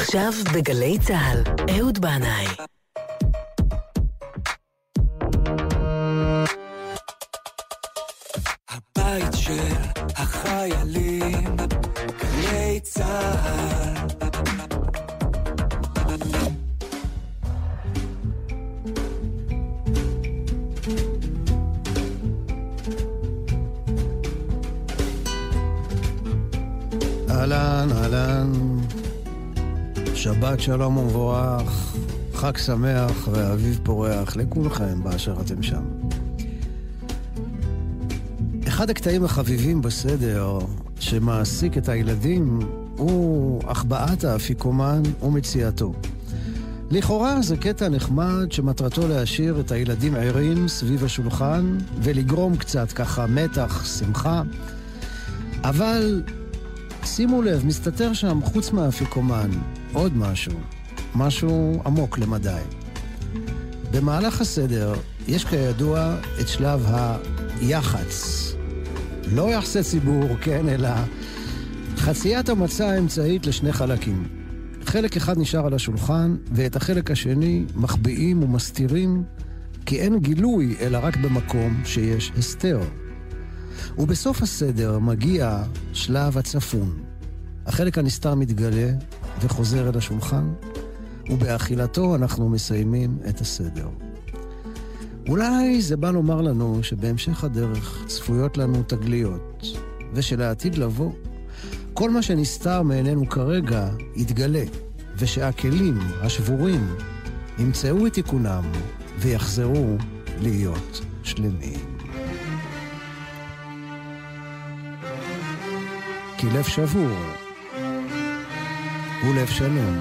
עכשיו בגלי צהל, אהוד בנאי. הבית של החיילים, גלי צהל. אהלן, אהלן, שבת שלום ומבורך, חג שמח ואביב פורח לכולכם באשר אתם שם. אחד הקטעים החביבים בסדר שמעסיק את הילדים הוא החבאת האפיקומן ומציאתו. לכאורה זה קטע נחמד שמטרתו להשאיר את הילדים ערים סביב השולחן ולגרום קצת ככה מתח, שמחה, אבל שימו לב, מסתתר שם חוץ מהאפיקומן עוד משהו עמוק למדי. במהלך הסדר יש כידוע את שלב היח"צ. לא יחסי ציבור, כן, אלא חציית המצע האמצעית לשני חלקים. חלק אחד נשאר על השולחן, ואת החלק השני מחביאים ומסתירים, כי אין גילוי אלא רק במקום שיש הסתר. ובסוף הסדר מגיע שלב הצפון. החלק הנסתר מתגלה וחוזר אל השולחן, ובאכילתו אנחנו מסיימים את הסדר. אולי זה בא לומר לנו שבהמשך הדרך צפויות לנו תגליות, ושלעתיד לבוא, כל מה שנסתר מעינינו כרגע יתגלה, ושהכלים השבורים ימצאו את תיקונם ויחזרו להיות שלמים. כי לב שבור הוא לב שלם.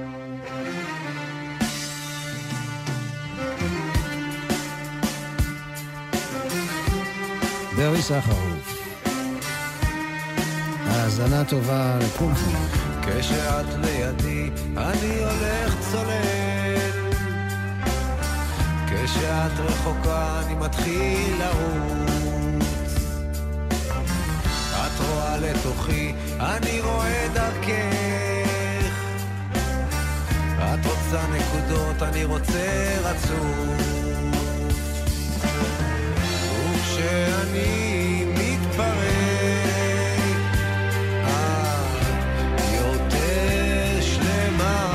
ברי סחרוף, האזנה טובה לכולכם. כשאת לידי אני הולך צולל, כשאת רחוקה אני מתחיל לרוץ, את רואה לתוכי אני רואה דרכך, את רוצה נקודות אני רוצה רצוף, וכשאני מתפרק את יותר שלמה,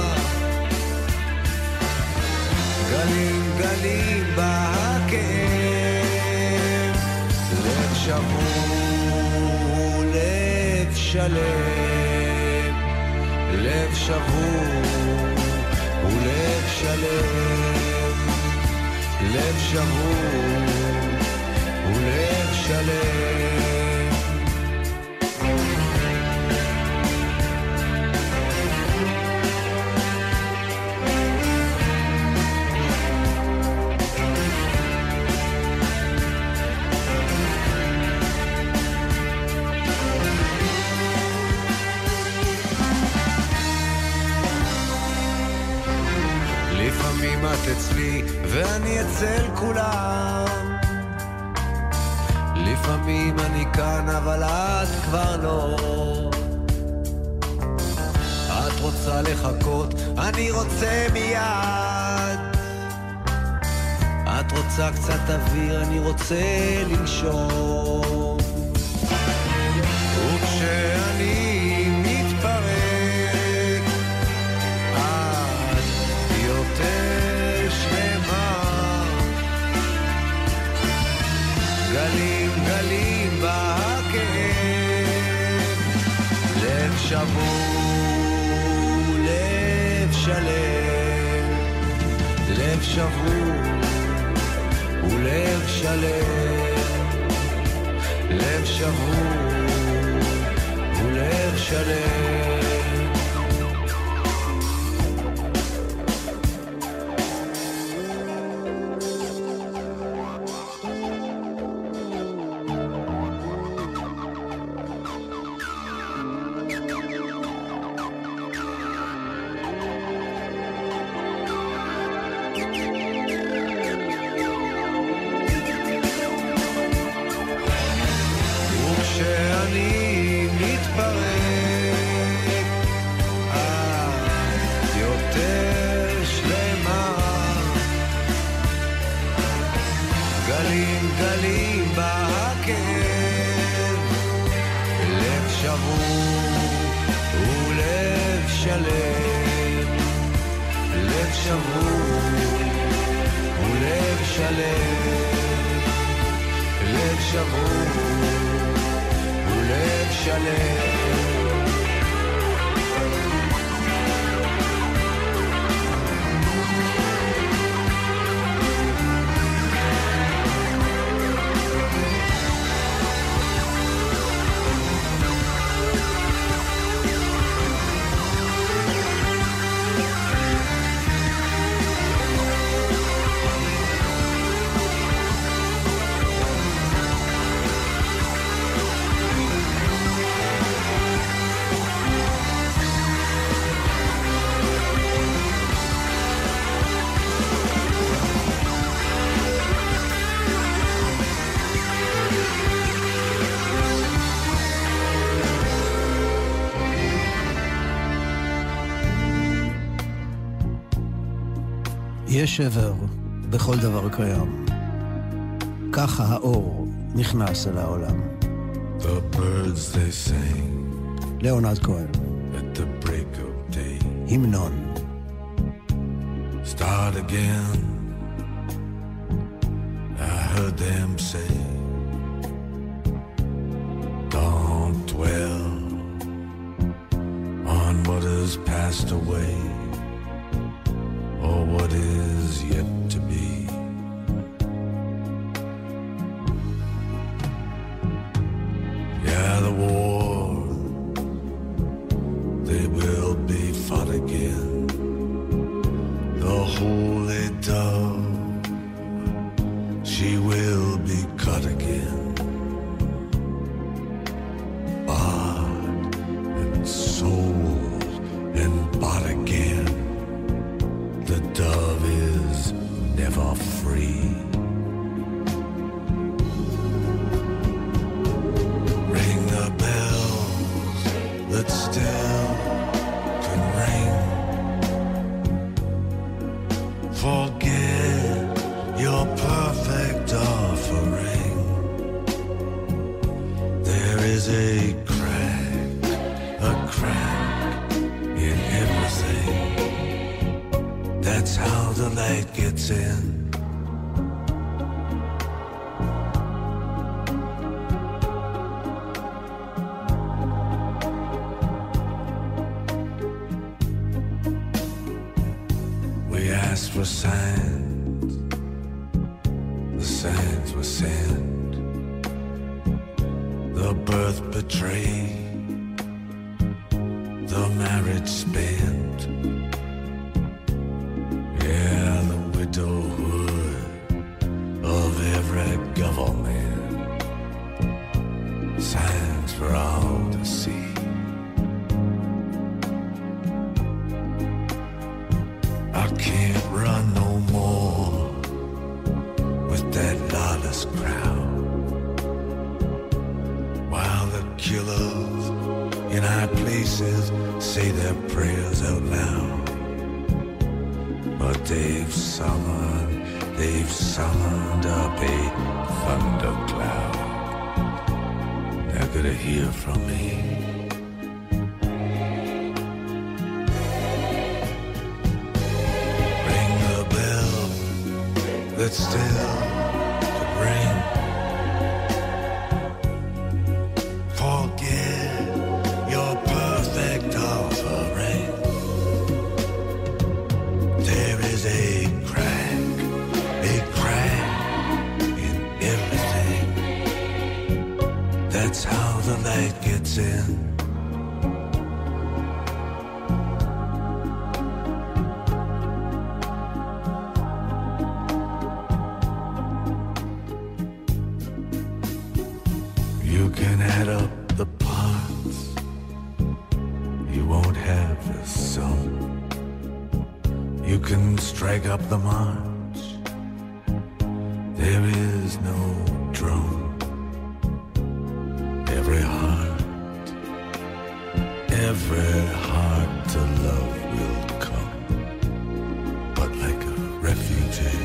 גלים גלים בהכאב, לב שבור לב שלם, לב שבור ולב שלם, לב שבור ולב שלם. לפעמים את אצלי ואני אצל כולם, לפעמים אני כאן אבל את כבר לא, את רוצה לחכות אני רוצה מיד, את רוצה קצת אוויר אני רוצה לנשום, וכשאני מתפרק את יותר שלמה, גלים גלים בהכאב, לב שבור לב שלם, לב שבור ולב שלם, לב שבור ולב שלם. וכשאני מתפרק שלם, לב שבור ולב שלם, לב שבור ולב שלם. יש שבר בכל דבר קיים. ככה האור נכנס אל העולם. The birds they sing ליאונרד כהן. at the break of day. המנון. Start again. I heard them say, don't dwell on what has passed away, or what is yet to be. Yeah, the war, they will be fought again. The holy dove, she will be cut again. Bought and sold and bought again. The dove is never free. Ring the bells that still can ring. Forget your perfect offering. There is a crack in everything. That's how the light gets in. We asked for signs. The signs were sent. The birth betrayed. The marriage spent. Yeah, the widowhood of every government. Signs for all to see. I can't run no more with that lawless crowd, while the killers in high places say their prayers out loud. But they've summoned up a thundercloud. They're gonna hear from me. Ring the bell that still could ring. Forget your perfect offering. There is a crack in everything. That's how the light gets in. You can add up the parts, you won't have the sum. You can strike up the march, there is no drum. Every heart to love will come, but like a refugee.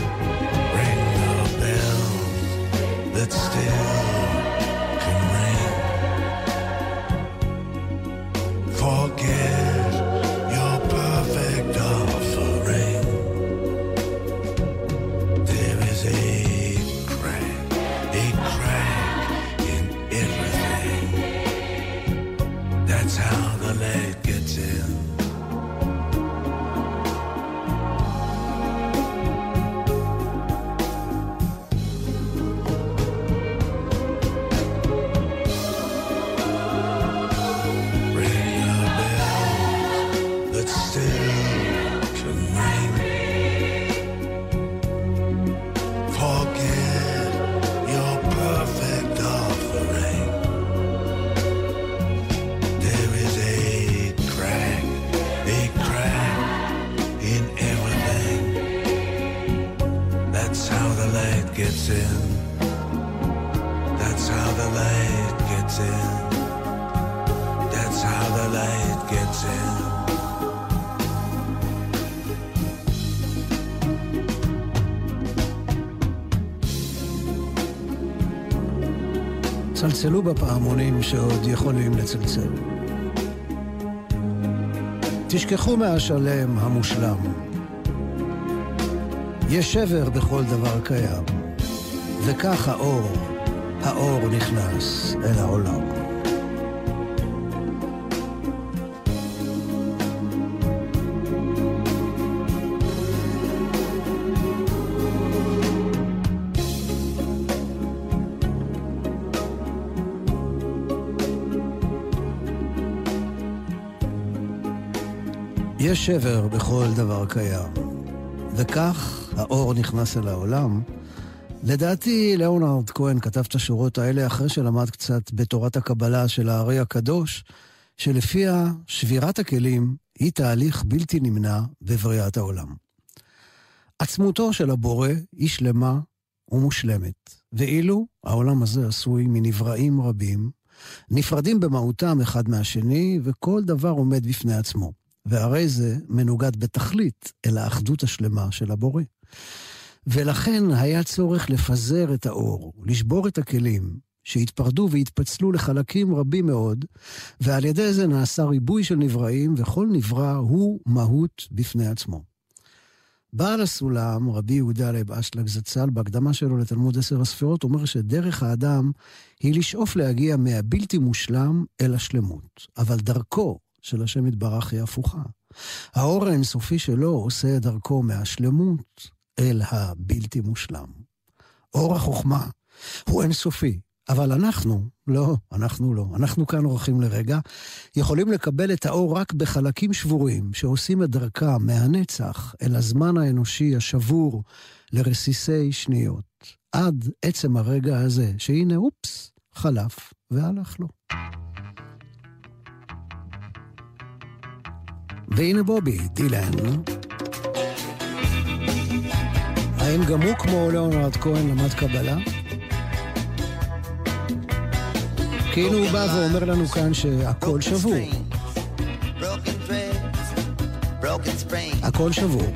Ring the bells that still can ring. the light gets in. That's how the light gets in. צלצלו בפעמונים שעוד יכולים לצלצל. תשכחו מהשלם המושלם. יש שבר בכל דבר קיים, וכך האור נכנס אל העולם. יש שבר בכל דבר קיים, וכך האור נכנס אל העולם. לדעתי, ליאונרד כהן כתב את השורות האלה אחרי שלמד קצת בתורת הקבלה של הארי הקדוש, שלפיה שבירת הכלים היא תהליך בלתי נמנע בבריאת העולם. עצמותו של הבורא היא שלמה ומושלמת, ואילו העולם הזה עשוי מנבראים רבים, נפרדים במהותם אחד מהשני, וכל דבר עומד בפני עצמו. והרי זה מנוגד בתכלית אל האחדות השלמה של הבורא. ולכן היה צורך לפזר את האור, לשבור את הכלים, שהתפרדו והתפצלו לחלקים רבים מאוד, ועל ידי זה נעשה ריבוי של נבראים, וכל נברא הוא מהות בפני עצמו. בעל הסולם, רבי יהודה לייב אשלג זצ"ל, בהקדמה שלו לתלמוד 10 הספירות, אומר שדרך האדם היא לשאוף להגיע מהבלתי מושלם אל השלמות, אבל דרכו של השם יתברך היא הפוכה. האור האינסופי שלו עושה דרכו מהשלמות אל הבלתי מושלם. אור החוכמה הוא אינסופי, אבל אנחנו לא. אנחנו כאן אורחים לרגע, יכולים לקבל את האור רק בחלקים שבורים, שעושים את דרכם מהנצח אל הזמן האנושי השבור לרסיסי שניות, עד עצם הרגע הזה, שהנה אופס, חלף והלך לו. והנה בובי דילן. האם גם הוא כמו ליאונרד כהן למד קבלה? כאילו הוא בא ואומר לנו כאן שהכל שבור. הכל שבור.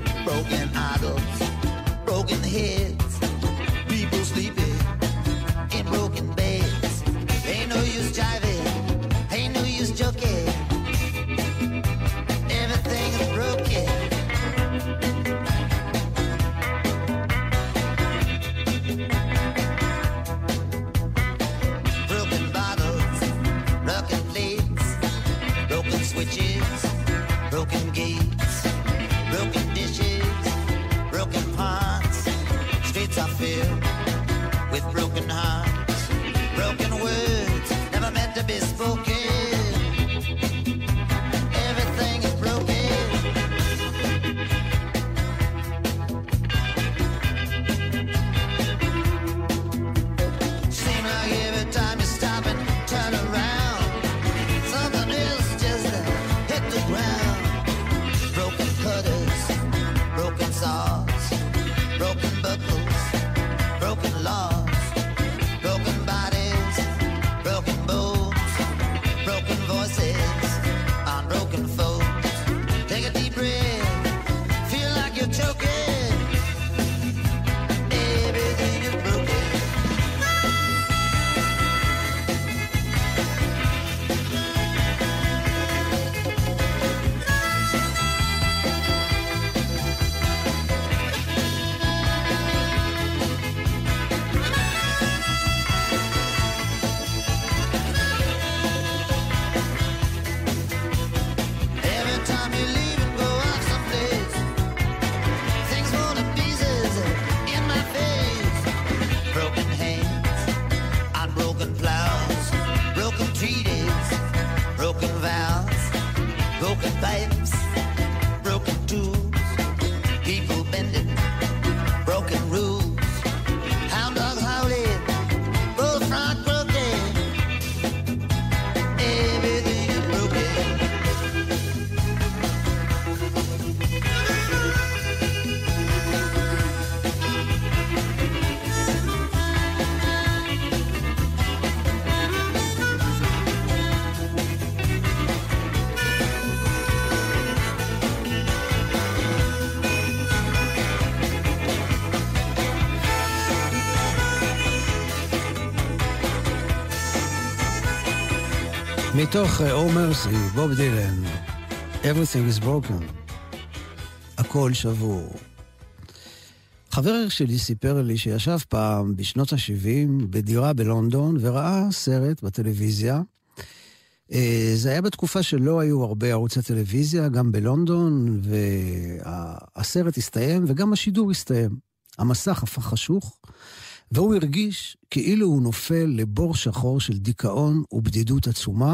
מתוך Oh Mercy, בוב דילן, Everything is broken, הכל שבור. חבר שלי סיפר לי שישב פעם בשנות ה-70 בדירה בלונדון וראה סרט בטלוויזיה. זה היה בתקופה שלא היו הרבה ערוצי טלוויזיה, גם בלונדון, והסרט הסתיים וגם השידור הסתיים. המסך הפך חשוך, והוא הרגיש כאילו הוא נופל לבור שחור של דיכאון ובדידות עצומה,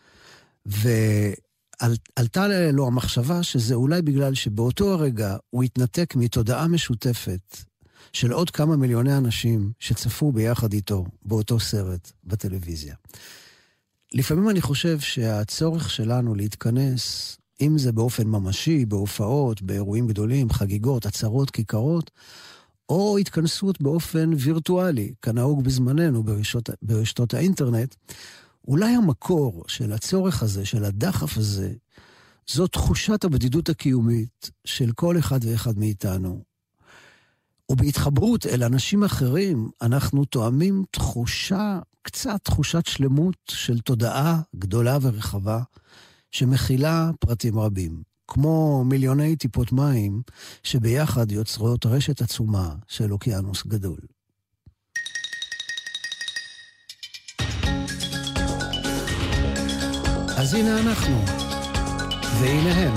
ועלתה לו המחשבה שזה אולי בגלל שבאותו הרגע הוא התנתק מתודעה משותפת של עוד כמה מיליוני אנשים שצפו ביחד איתו באותו סרט בטלוויזיה. לפעמים אני חושב שהצורך שלנו להתכנס, אם זה באופן ממשי, בהופעות, באירועים גדולים, חגיגות, עצרות, כיכרות, או התכנסות באופן וירטואלי, כנהוג בזמננו ברשתות האינטרנט, אולי המקור של הצורך הזה, של הדחף הזה, זו תחושת הבדידות הקיומית של כל אחד ואחד מאיתנו. ובהתחברות אל אנשים אחרים, אנחנו תואמים קצת תחושת שלמות של תודעה גדולה ורחבה, שמכילה פרטים רבים, כמו מיליוני טיפות מים, שביחד יוצרות רשת עצומה של אוקיינוס גדול. אז הנה אנחנו, והנה הם.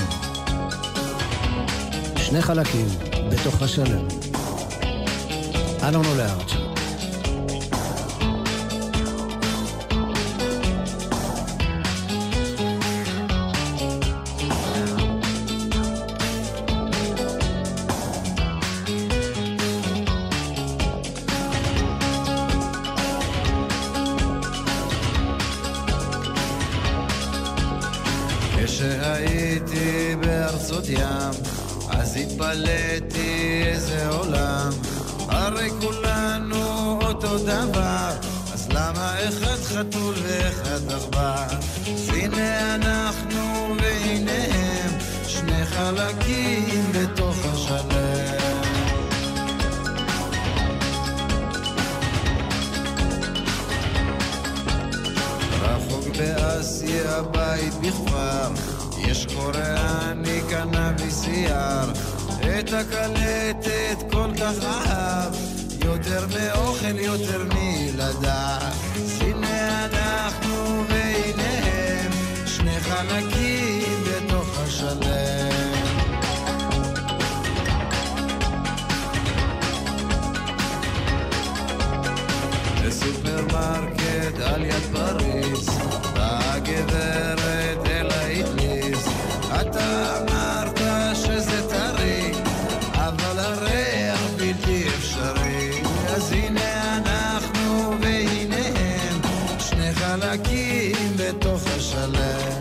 שני חלקים בתוך השלם. אלונו לארץ'. כשהייתי בארצות ים, אז התפלאתי איזה עולם, הרי כולנו אותו דבר, אז למה אחד חתול ואחד עכבר? הנה אנחנו והנה הם, שני חלקים בתוך השלם. רחוק באסיה בית בכפר, יש קוריאני קנאביס יער, את הקלטת כל כך אהב, יותר מאוכל יותר מילדה. הנה אנחנו והנה הם, שני חלקים בתוך השלם. בסופרמרקט על יד פריז, באה גברת אל האטליס, אתה אמרת שזה טרי, אבל הריח בלתי אפשרי. אז הנה אנחנו והנה הם, שני חלקים בתוך השלם.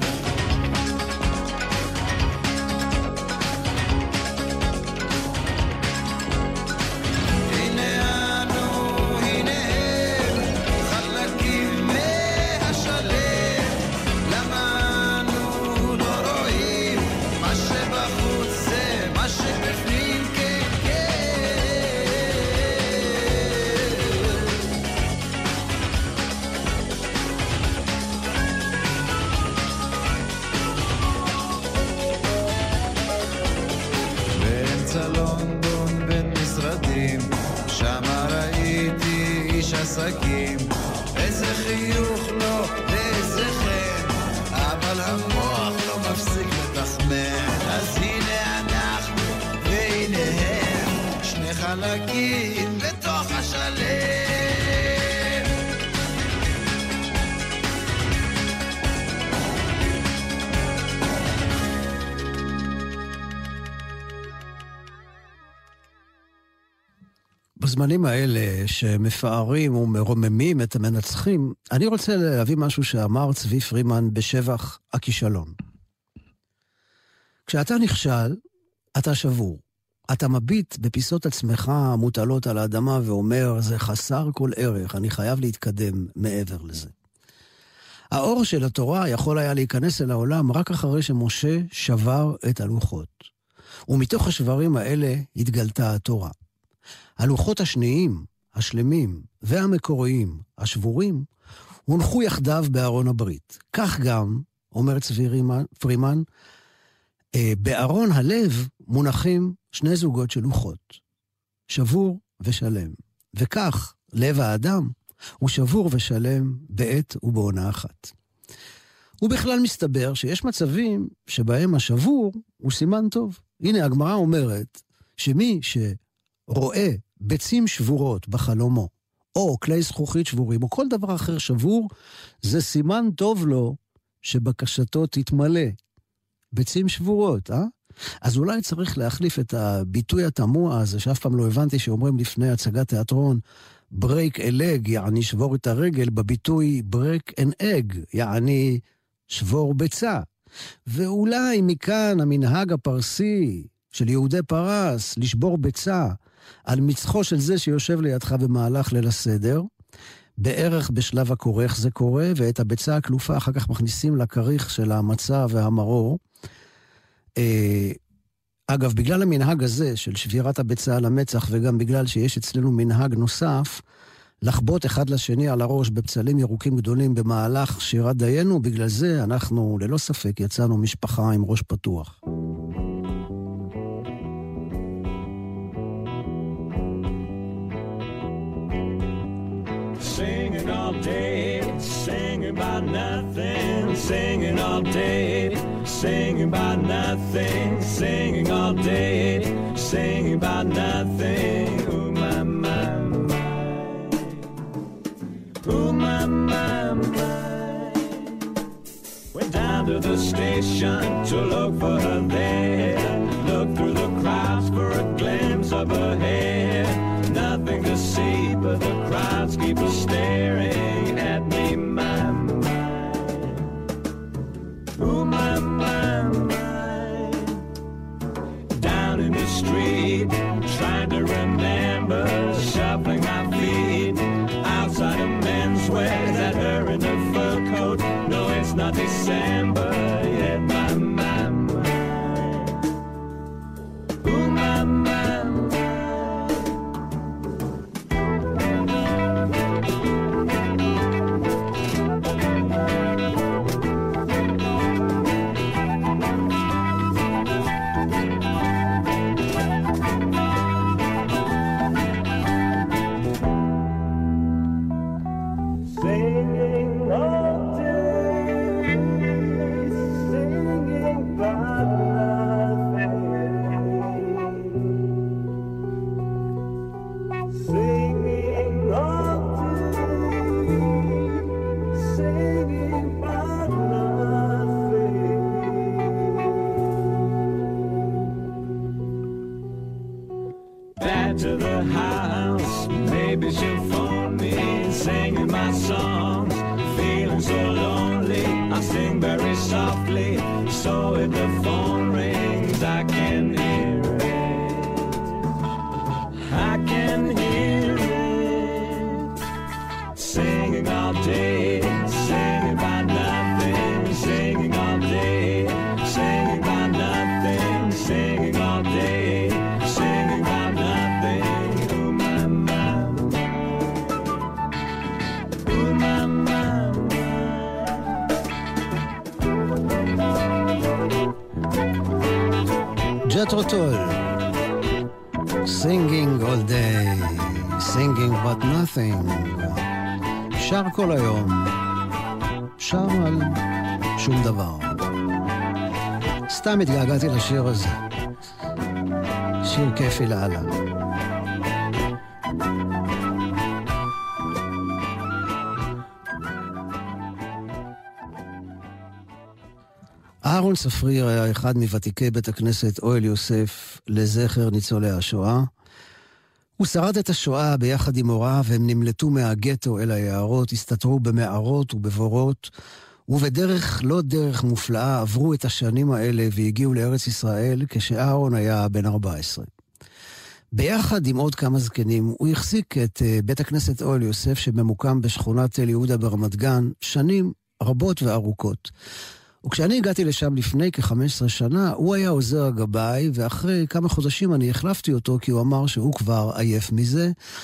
לונדון בין משרדים, שמה ראיתי איש עסקים, איזה חיוך לו ואיזה חן, אבל המוח לא מפסיק לתחמן. אז הנה אנחנו והנה הם, שני חלקים בתוך השלם. בזמנים האלה שמפארים ומרוממים את המנצחים, אני רוצה להביא משהו שאמר צבי פרימן בשבח הכישלון. כשאתה נכשל, אתה שבור. אתה מביט בפיסות עצמך מוטלות על האדמה ואומר, זה חסר כל ערך, אני חייב להתקדם מעבר לזה. האור של התורה יכול היה להיכנס אל העולם רק אחרי שמשה שבר את הלוחות. ומתוך השברים האלה התגלתה התורה. הלוחות השניים, השלמים והמקוריים, השבורים, הונחו יחדיו בארון הברית. כך גם, אומר צבי פרימן, בארון הלב מונחים שני זוגות של לוחות, שבור ושלם. וכך, לב האדם הוא שבור ושלם בעת ובעונה אחת. ובכלל מסתבר שיש מצבים שבהם השבור הוא סימן טוב. הנה, הגמרא אומרת שמי שרואה ביצים שבורות בחלומו, או כלי זכוכית שבורים, או כל דבר אחר שבור, זה סימן טוב לו שבקשתו תתמלא. ביצים שבורות, אז אולי צריך להחליף את הביטוי התמוה הזה, שאף פעם לא הבנתי שאומרים לפני הצגת תיאטרון, break a leg, יעני שבור את הרגל, בביטוי break an egg, יעני שבור ביצה. ואולי מכאן המנהג הפרסי של יהודי פרס, לשבור ביצה על מצחו של זה שיושב לידך במהלך ליל הסדר, בערך בשלב הכורך זה קורה, ואת הביצה הכלופה אחר כך מכניסים לכריך של המצה והמרור. אגב, בגלל המנהג הזה של שבירת הביצה על המצח, וגם בגלל שיש אצלנו מנהג נוסף, לחבוט אחד לשני על הראש בבצלים ירוקים גדולים במהלך שירת דיינו, בגלל זה אנחנו ללא ספק יצאנו משפחה עם ראש פתוח. Singing all day, singing about nothing, singing all day, singing about nothing, singing all day, singing about nothing. Ooh, my, my, my. Ooh, my, my, my. Went down to the station to look for her there. Look through the crowds for a glimpse of her hair. Nothing to see but the crowds keep staring at me, my, my. Ooh, my, my, my. Down in the street, trying to remember, shuffling my feet. Outside of menswear, is that her in her fur coat? No, it's not December yet, my, my, my. Ooh, my, my, my. To the house, maybe she'll phone me, singing my songs, feeling so lonely. I sing very softly, so if the phone rings, I can hear it. I can hear it. Singing all day, singing about nothing, singing all day, singing about nothing, singing all day. ג'תרו טול, singing all day, singing but nothing, שר כל היום, שר על שום דבר. סתם התגעגעתי לשיר הזה, שיר כיפי לאללה. אהרון ספריר היה אחד מוותיקי בית הכנסת אוהל יוסף לזכר ניצולי השואה. הוא שרד את השואה ביחד עם הוריו, והם נמלטו מהגטו אל היערות, הסתתרו במערות ובבורות, ובדרך לא דרך מופלאה עברו את השנים האלה והגיעו לארץ ישראל כשאהרון היה בן 14. ביחד עם עוד כמה זקנים הוא החזיק את בית הכנסת אוהל יוסף שממוקם בשכונת תל יהודה ברמת גן שנים רבות וארוכות. וכשאני הגעתי לשם לפני כ-15 שנה, הוא היה עוזר הגבאי, ואחרי כמה חודשים אני החלפתי אותו, כי הוא אמר שהוא כבר עייף מזה,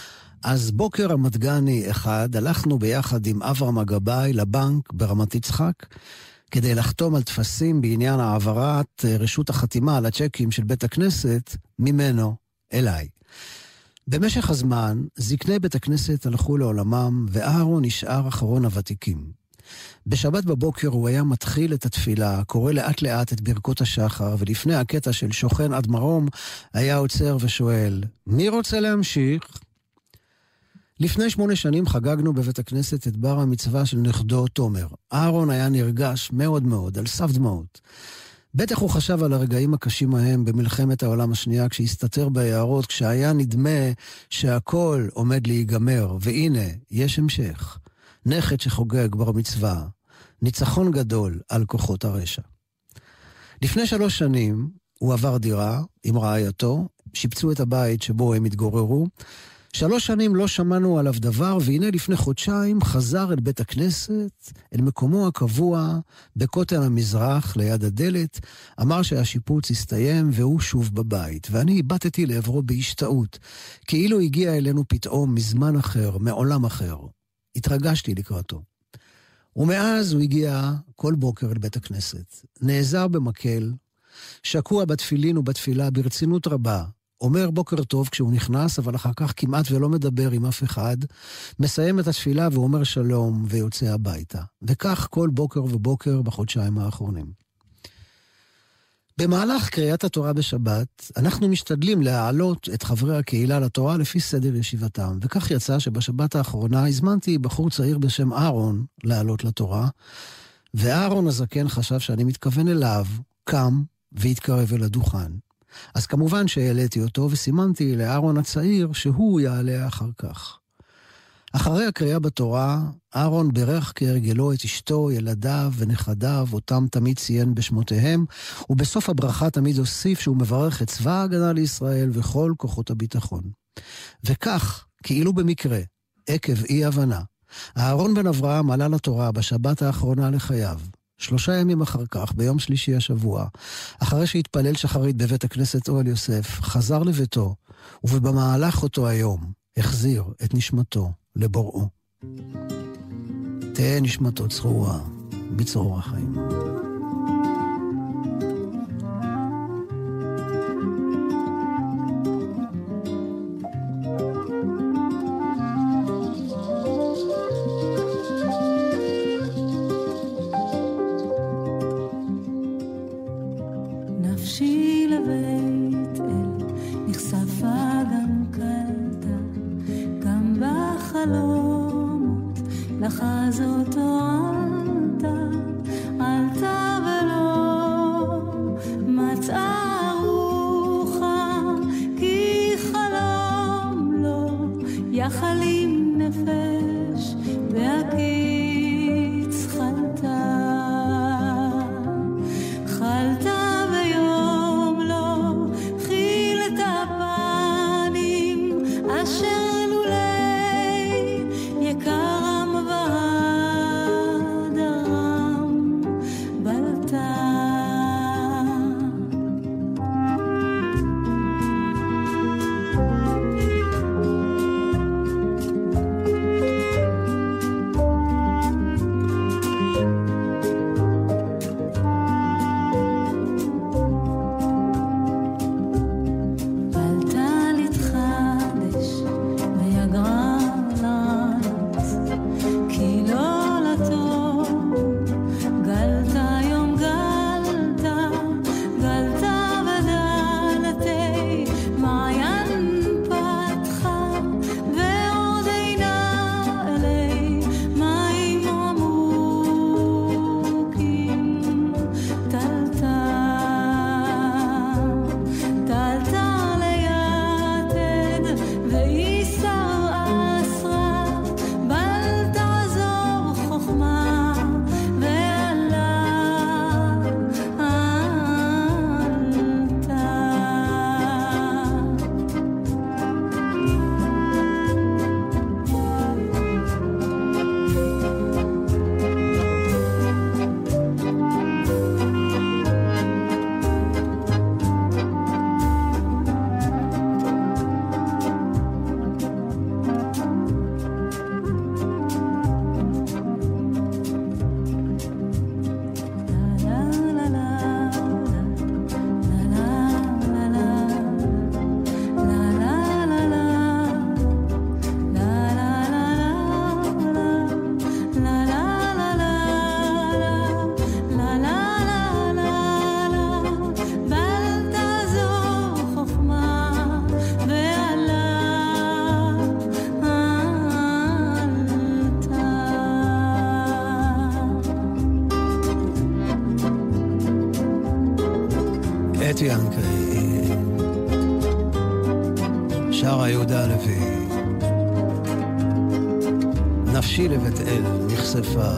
אז בוקר המדגני אחד, הלכנו ביחד עם אברהם הגבאי לבנק ברמת יצחק, כדי לחתום על תפסים בעניין העברת רשות החתימה על הצ'קים של בית הכנסת ממנו אליי. במשך הזמן, זקני בית הכנסת הלכו לעולמם, ואהרון נשאר אחרון הוותיקים. בשבת בבוקר הוא היה מתחיל את התפילה, קורא לאט לאט את ברכות השחר, ולפני הקטע של שוכן עד מרום, היה עוצר ושואל, מי רוצה להמשיך? לפני 8 שנים חגגנו בבית הכנסת את בר המצווה של נכדו תומר. אהרון היה נרגש מאוד מאוד, על סף דמעות. בטח הוא חשב על הרגעים הקשים ההם במלחמת העולם השנייה, כשהסתתר ביערות, כשהיה נדמה שהכל עומד להיגמר, והנה, יש המשך. נכד שחוגג בר מצווה, ניצחון גדול על כוחות הרשע. לפני 3 שנים הוא עבר דירה עם רעייתו, שיפצו את הבית שבו הם התגוררו, 3 שנים לא שמענו עליו דבר, והנה לפני חודשיים חזר אל בית הכנסת, אל מקומו הקבוע בכותל המזרח ליד הדלת, אמר שהשיפוץ הסתיים והוא שוב בבית, ואני הבטתי לעברו בהשתאות, כאילו הגיע אלינו פתאום מזמן אחר, מעולם אחר. התרגשתי לקראתו. ומאז הוא הגיע כל בוקר אל בית הכנסת, נעזר במקל, שקוע בתפילין ובתפילה ברצינות רבה, אומר בוקר טוב כשהוא נכנס, אבל אחר כך כמעט ולא מדבר עם אף אחד, מסיים את התפילה ואומר שלום ויוצא הביתה. וכך כל בוקר ובוקר בחודשיים האחרונים. במהלך קריאת התורה בשבת, אנחנו משתדלים להעלות את חברי הקהילה לתורה לפי סדר ישיבתם, וכך יצא שבשבת האחרונה הזמנתי בחור צעיר בשם אהרון לעלות לתורה, ואהרון הזקן חשב שאני מתכוון אליו, קם והתקרב אל הדוכן. אז כמובן שהעליתי אותו וסימנתי לאהרון הצעיר שהוא יעלה אחר כך. אחרי הקריאה בתורה, אהרון ברך כהרגלו את אשתו, ילדיו ונכדיו, אותם תמיד ציין בשמותיהם, ובסוף הברכה תמיד הוסיף שהוא מברך את צבא ההגנה לישראל וכל כוחות הביטחון. וכך, כאילו במקרה, עקב אי הבנה, אהרון בן אברהם עלה לתורה בשבת האחרונה לחייו. 3 ימים אחר כך, ביום שלישי השבוע, אחרי שהתפלל שחרית בבית הכנסת אוהל יוסף, חזר לביתו, ובמהלך אותו היום החזיר את נשמתו לבוראו. תהא נשמתו צרורה בצרור החיים. נפשי לבית אל נחשפה גם קלטה, גם בחלומות לחזות או עלתה אתי ינקרי, שרה יהודה לוי, נפשי לבית אל נחשפה.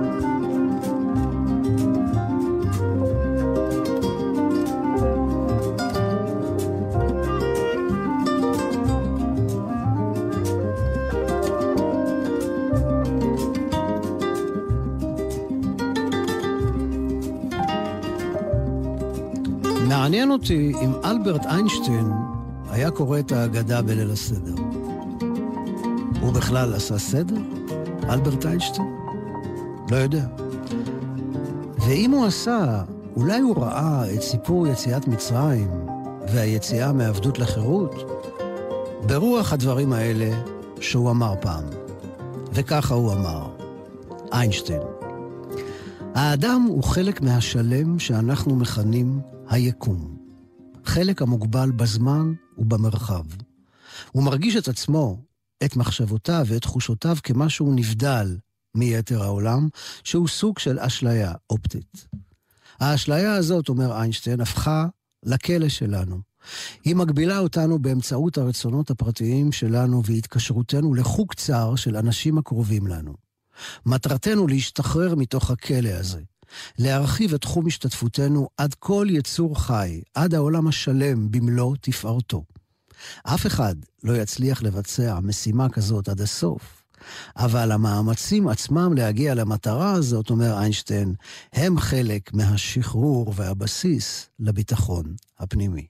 מעניין אותי אם אלברט איינשטיין היה קורא את ההגדה בליל הסדר. הוא בכלל עשה סדר? אלברט איינשטיין? לא יודע. ואם הוא עשה, אולי הוא ראה את סיפור יציאת מצרים והיציאה מעבדות לחירות ברוח הדברים האלה שהוא אמר פעם. וככה הוא אמר, איינשטיין. האדם הוא חלק מהשלם שאנחנו מכנים היקום. חלק המוגבל בזמן ובמרחב. הוא מרגיש את עצמו, את מחשבותיו ואת תחושותיו כמשהו נבדל מיתר העולם, שהוא סוג של אשליה אופטית. האשליה הזאת, אומר איינשטיין, הפכה לכלא שלנו. היא מגבילה אותנו באמצעות הרצונות הפרטיים שלנו והתקשרותנו לחוג צר של אנשים הקרובים לנו. מטרתנו להשתחרר מתוך הכלא הזה. להרחיב את תחום השתתפותנו עד כל יצור חי, עד העולם השלם במלוא תפארתו. אף אחד לא יצליח לבצע משימה כזאת עד הסוף, אבל המאמצים עצמם להגיע למטרה הזאת, אומר איינשטיין, הם חלק מהשחרור והבסיס לביטחון הפנימי.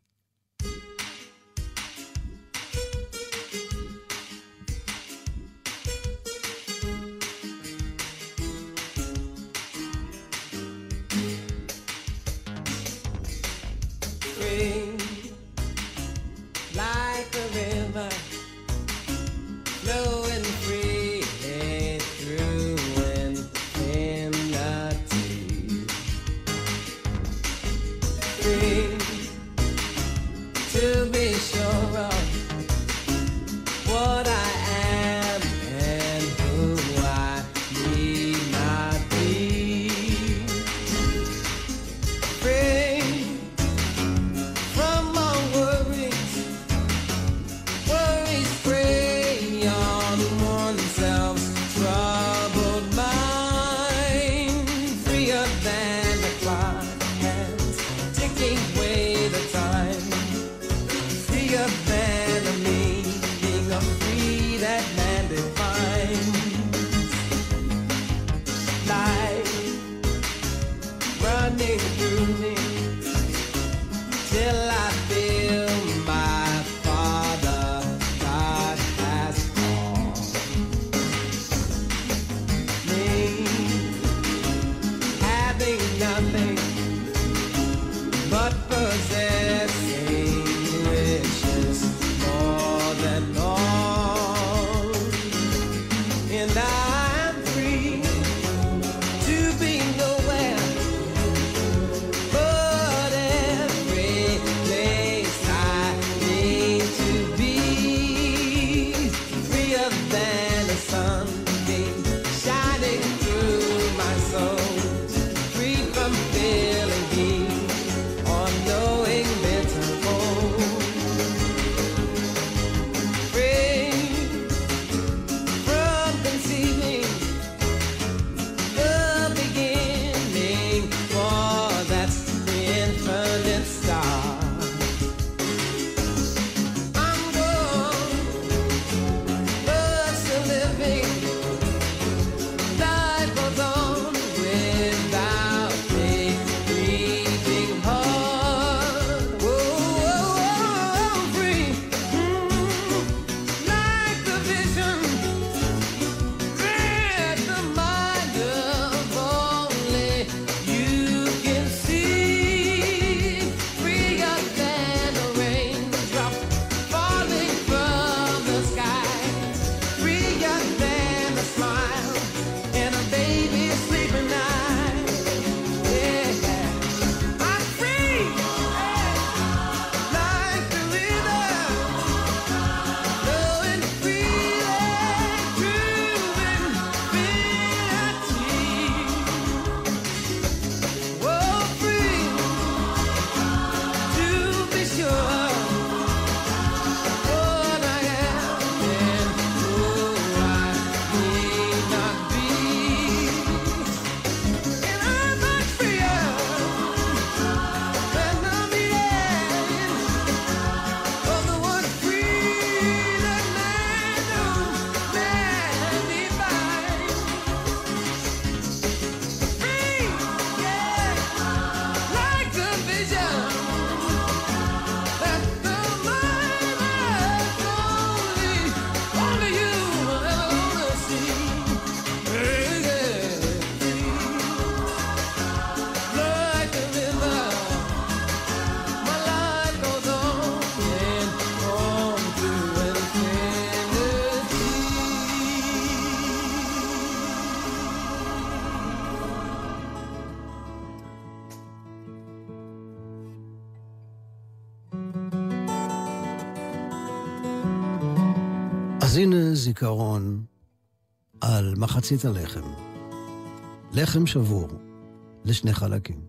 הנה זיכרון על מחצית הלחם. לחם שבור לשני חלקים.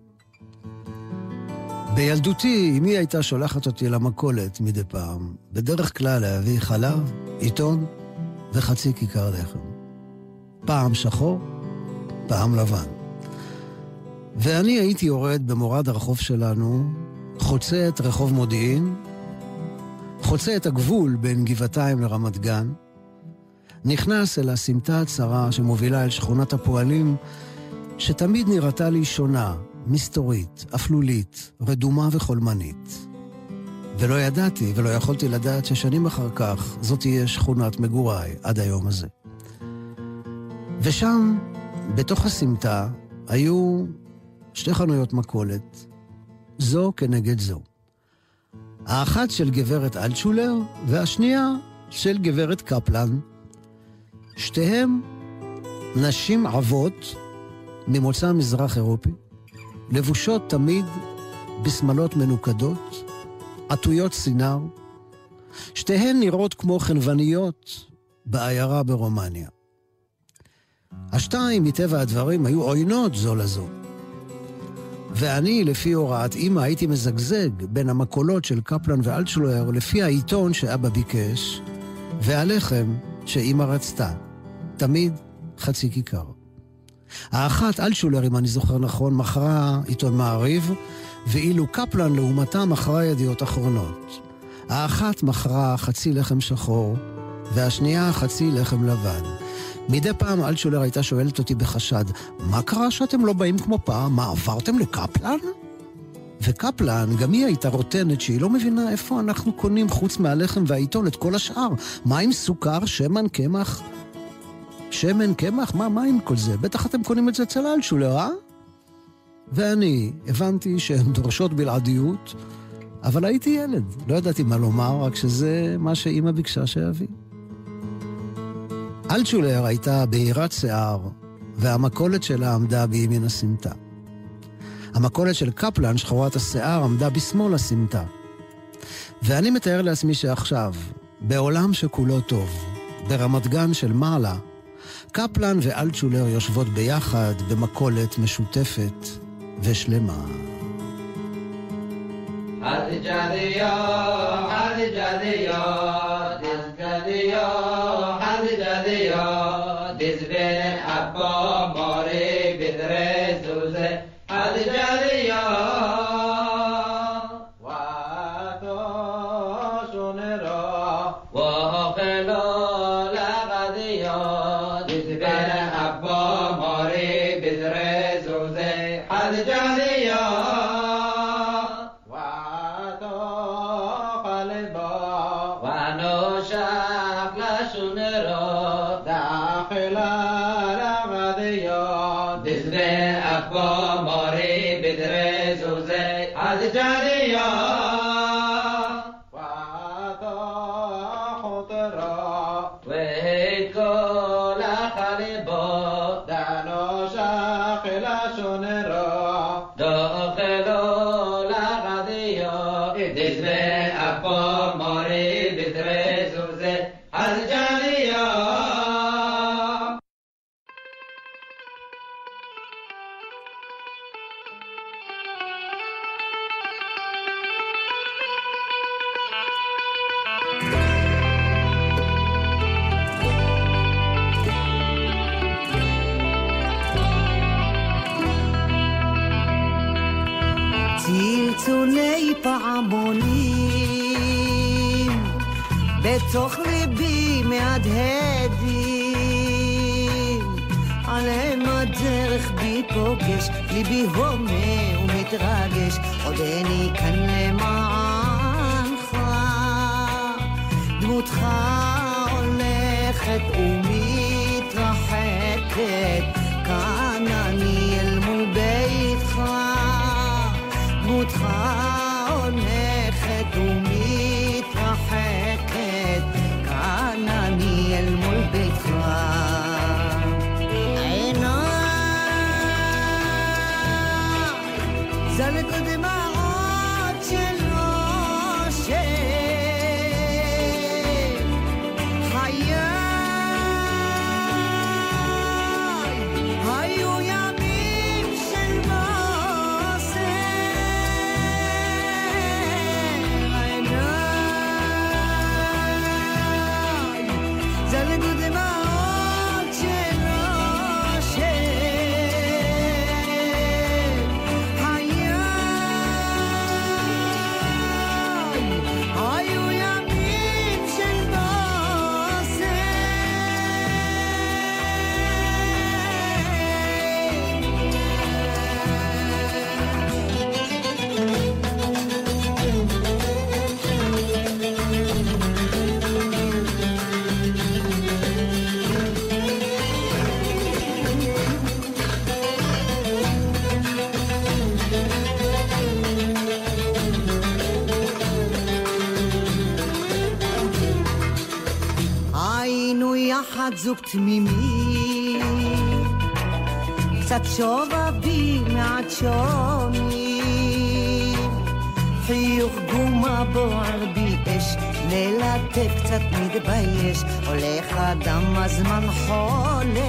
בילדותי אמי הייתה שולחת אותי למכולת מדי פעם, בדרך כלל להביא חלב, עיתון וחצי כיכר לחם. פעם שחור, פעם לבן. ואני הייתי יורד במורד הרחוב שלנו, חוצה את רחוב מודיעין, חוצה את הגבול בין גבעתיים לרמת גן, נכנס אל הסמטה הצרה שמובילה אל שכונת הפועלים, שתמיד נראתה לי שונה, מסתורית, אפלולית, רדומה וחולמנית. ולא ידעתי ולא יכולתי לדעת ששנים אחר כך זאת תהיה שכונת מגוריי עד היום הזה. ושם, בתוך הסמטה, היו שתי חנויות מכולת, זו כנגד זו. האחת של גברת אלטשולר והשנייה של גברת קפלן. שתיהם נשים עבות ממוצא מזרח אירופי, לבושות תמיד בסמלות מנוקדות, עטויות סינר, שתיהן נראות כמו חנווניות בעיירה ברומניה. השתיים מטבע הדברים היו עוינות זו לזו. ואני, לפי הוראת אמא, הייתי מזגזג בין המקולות של קפלן ואלטשולר לפי העיתון שאבא ביקש, והלחם שאמא רצתה. תמיד חצי כיכר. האחת, אלטשולר, אם אני זוכר נכון, מכרה עיתון מעריב, ואילו קפלן לעומתה מכרה ידיעות אחרונות. האחת מכרה חצי לחם שחור, והשנייה חצי לחם לבן. מדי פעם אלטשולר הייתה שואלת אותי בחשד, מה קרה שאתם לא באים כמו פעם? מה, עברתם לקפלן? וקפלן, גם היא הייתה רוטנת שהיא לא מבינה איפה אנחנו קונים חוץ מהלחם והעיתון את כל השאר. מה עם סוכר, שמן, קמח? שמן, קמח? מה עם כל זה? בטח אתם קונים את זה אצל אלטשולר, אה? ואני הבנתי שהן דורשות בלעדיות, אבל הייתי ילד. לא ידעתי מה לומר, רק שזה מה שאמא ביקשה שאביא. אלטשולר הייתה בהירת שיער, והמכולת שלה עמדה בימין הסמטה. המכולת של קפלן, שחורת השיער, עמדה בשמאל הסמטה. ואני מתאר לעצמי שעכשיו, בעולם שכולו טוב, ברמת גן של מעלה, קפלן ואלטשולר יושבות ביחד במכולת משותפת ושלמה. צלצולי פעמונים בתוך ליבי מהדהדים, עליהם הדרך בי פוגש, ליבי הומה ומתרגש, עודני כאן למענך, דמותך הולכת ומתרחקת, כאן אני אל מול ביתך, דמותך הולכת ומתרחקת, כאן אני אל מול ביתך. עיניי זלת הדמעות של אושר, חיי בת זוג תמימי, קצת שובבי מעט שוני, חיוך גומה בוער בי אש, ללטף קצת מתבייש, הולך אדם הזמן חולף,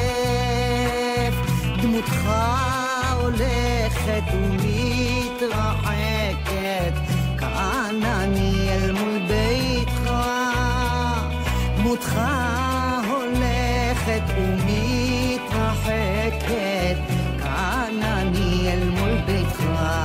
דמותך הולכת ומתרחקת, כאן אני אל מול ביתך, דמותך הולכת ומתרחקת, כאן אני אל מול ביתך.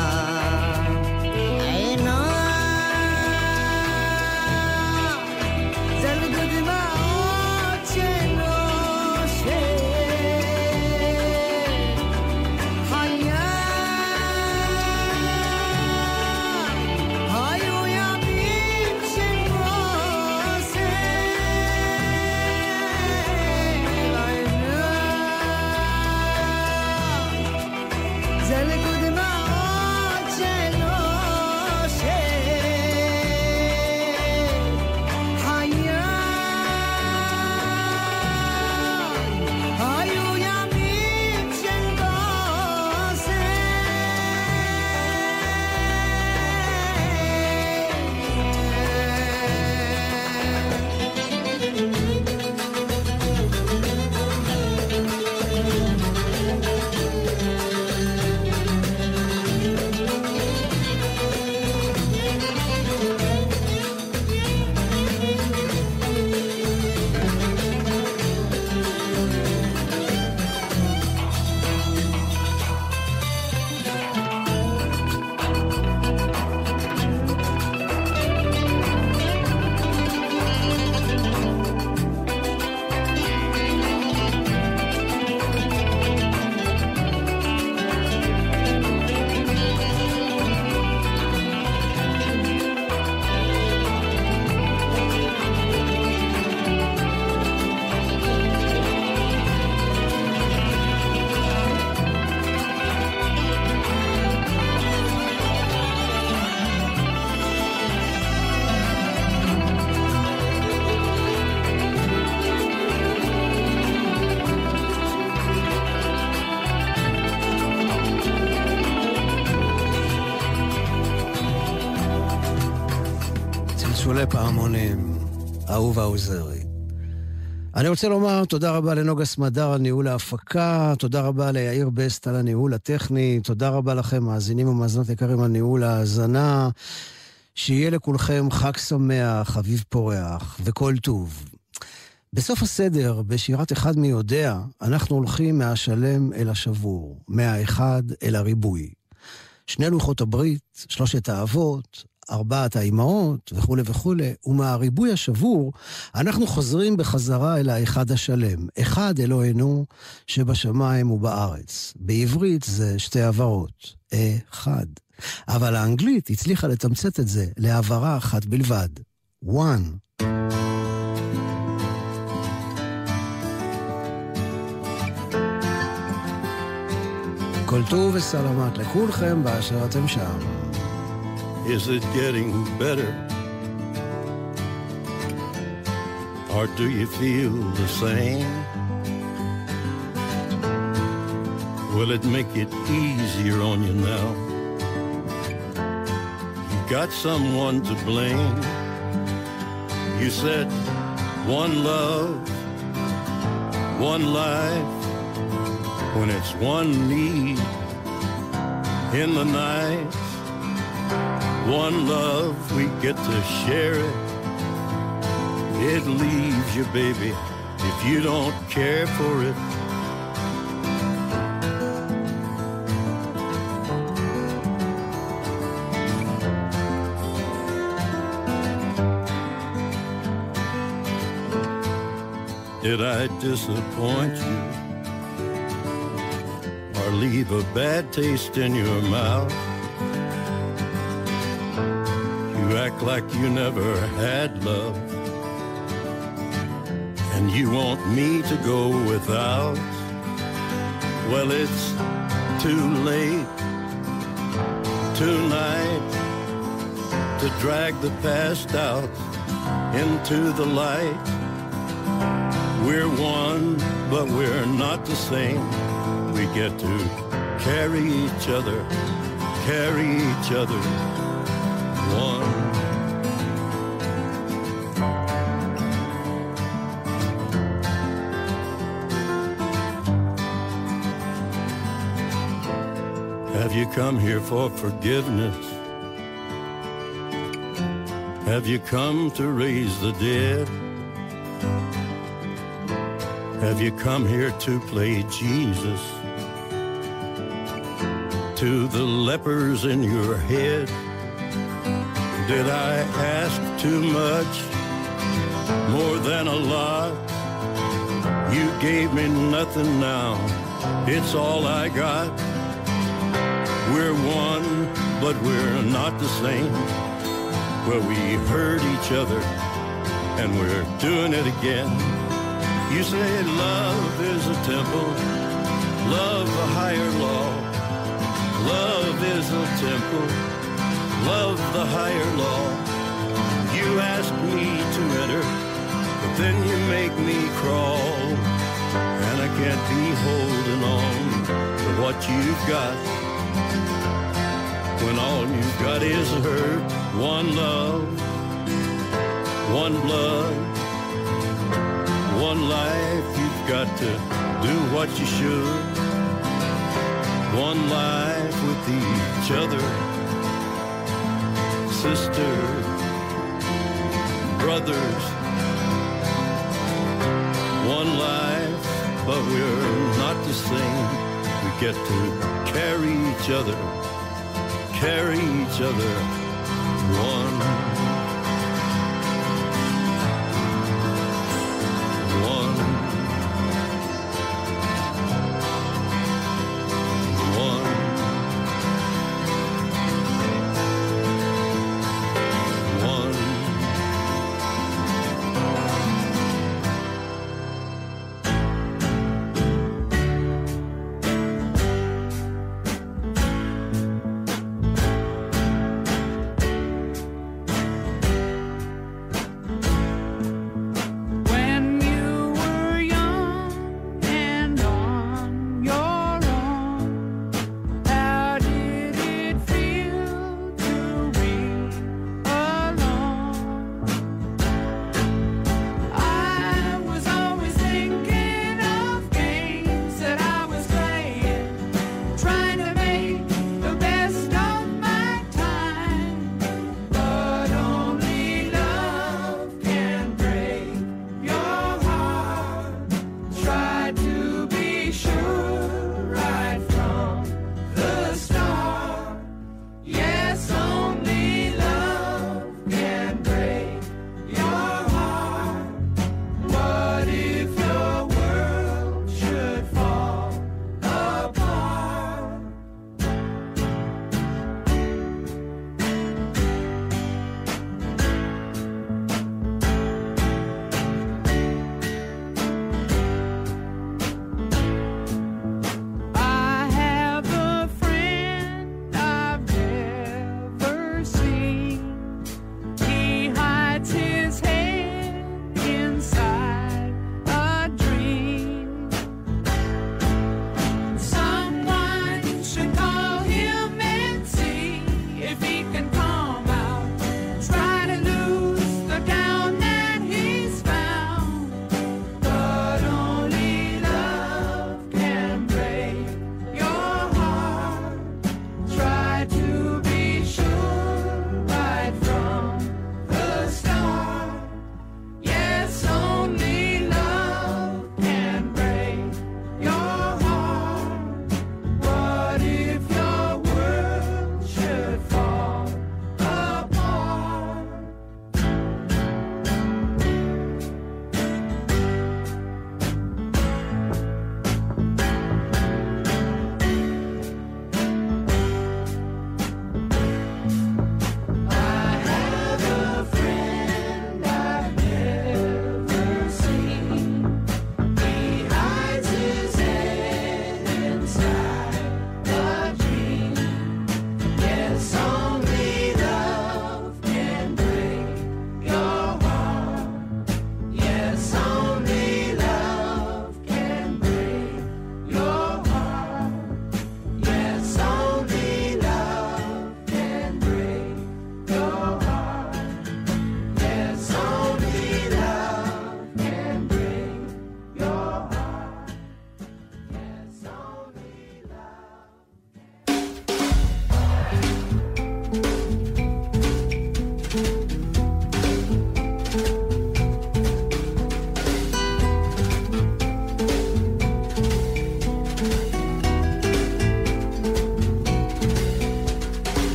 פעמונים, אהוב העוזרי. אני רוצה לומר תודה רבה לנוגה סמדר על ניהול ההפקה, תודה רבה ליאיר בסט על הניהול הטכני, תודה רבה לכם מאזינים ומאזינות יקרים על ניהול ההאזנה, שיהיה לכולכם חג שמח, חביב פורח וכל טוב. בסוף הסדר, בשירת אחד מי יודע, אנחנו הולכים מהשלם אל השבור, מהאחד אל הריבוי. שני לוחות הברית, שלושת האבות, ארבעת האימהות וכו' וכו', ומהריבוי השבור אנחנו חוזרים בחזרה אל האחד השלם, אחד אלוהינו שבשמיים ובארץ. בעברית זה שתי עברות, אחד. אבל האנגלית הצליחה לתמצת את זה לעברה אחת בלבד, one. כל טוב וסלמת לכולכם באשר אתם שם. Is it getting better? Or do you feel the same? Will it make it easier on you now? You got someone to blame. You said one love, one life, when it's one need in the night. One love, we get to share it. It leaves you, baby, if you don't care for it. Did I disappoint you or leave a bad taste in your mouth? You act like you never had love, and you want me to go without. Well, it's too late tonight to drag the past out into the light. We're one, but we're not the same. We get to carry each other one. Have you come here for forgiveness? Have you come to raise the dead? Have you come here to play Jesus to the lepers in your head? Did I ask too much? More than a lot? You gave me nothing now. It's all I got. We're one, but we're not the same. Well, we hurt each other, and we're doing it again. You say love is a temple, love a higher law. Love is a temple, love the higher law. You ask me to enter, but then you make me crawl. And I can't be holding on to what you've got, when all you've got is hurt. One love, one blood, one life. You've got to do what you should. One life with each other, sisters, brothers. One life, but we're not the same. We get to carry each other one.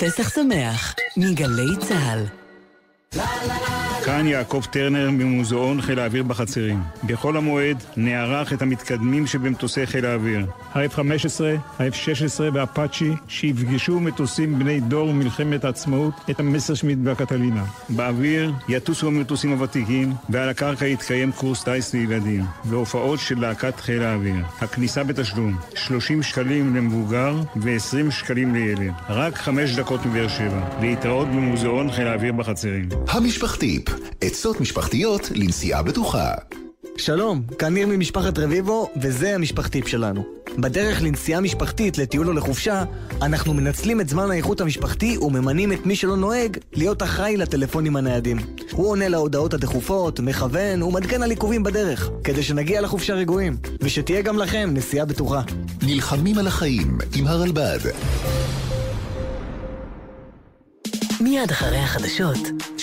פסח שמח, מגלי צהל. כאן יעקב טרנר ממוזיאון חיל האוויר בחצרים. בחול המועד נערך את המתקדמים שבמטוסי חיל האוויר. ה-F-15, ה-F-16 והאפאצ'י שיפגשו מטוסים בני דור מלחמת העצמאות את המסרשמיט והקטלינה. באוויר יטוסו המטוסים הוותיקים ועל הקרקע יתקיים קורס טייס לילדים והופעות של להקת חיל האוויר. הכניסה בתשלום 30 שקלים למבוגר ו20 שקלים לילד. רק 5 דקות מבאר שבע. להתראות במוזיאון חיל האוויר בחצרים. המשפחתיפ, עצות משפחתיות לנסיעה בטוחה. שלום, כאן ניר ממשפחת רביבו, וזה המשפחתיפ שלנו. בדרך לנסיעה משפחתית לטיול או לחופשה, אנחנו מנצלים את זמן האיכות המשפחתי וממנים את מי שלא נוהג להיות אחראי לטלפונים הניידים. הוא עונה להודעות הדחופות, מכוון ומדגן על עיכובים בדרך, כדי שנגיע לחופשה רגועים, ושתהיה גם לכם נסיעה בטוחה. נלחמים על החיים עם הרלב"ד. מיד אחרי החדשות,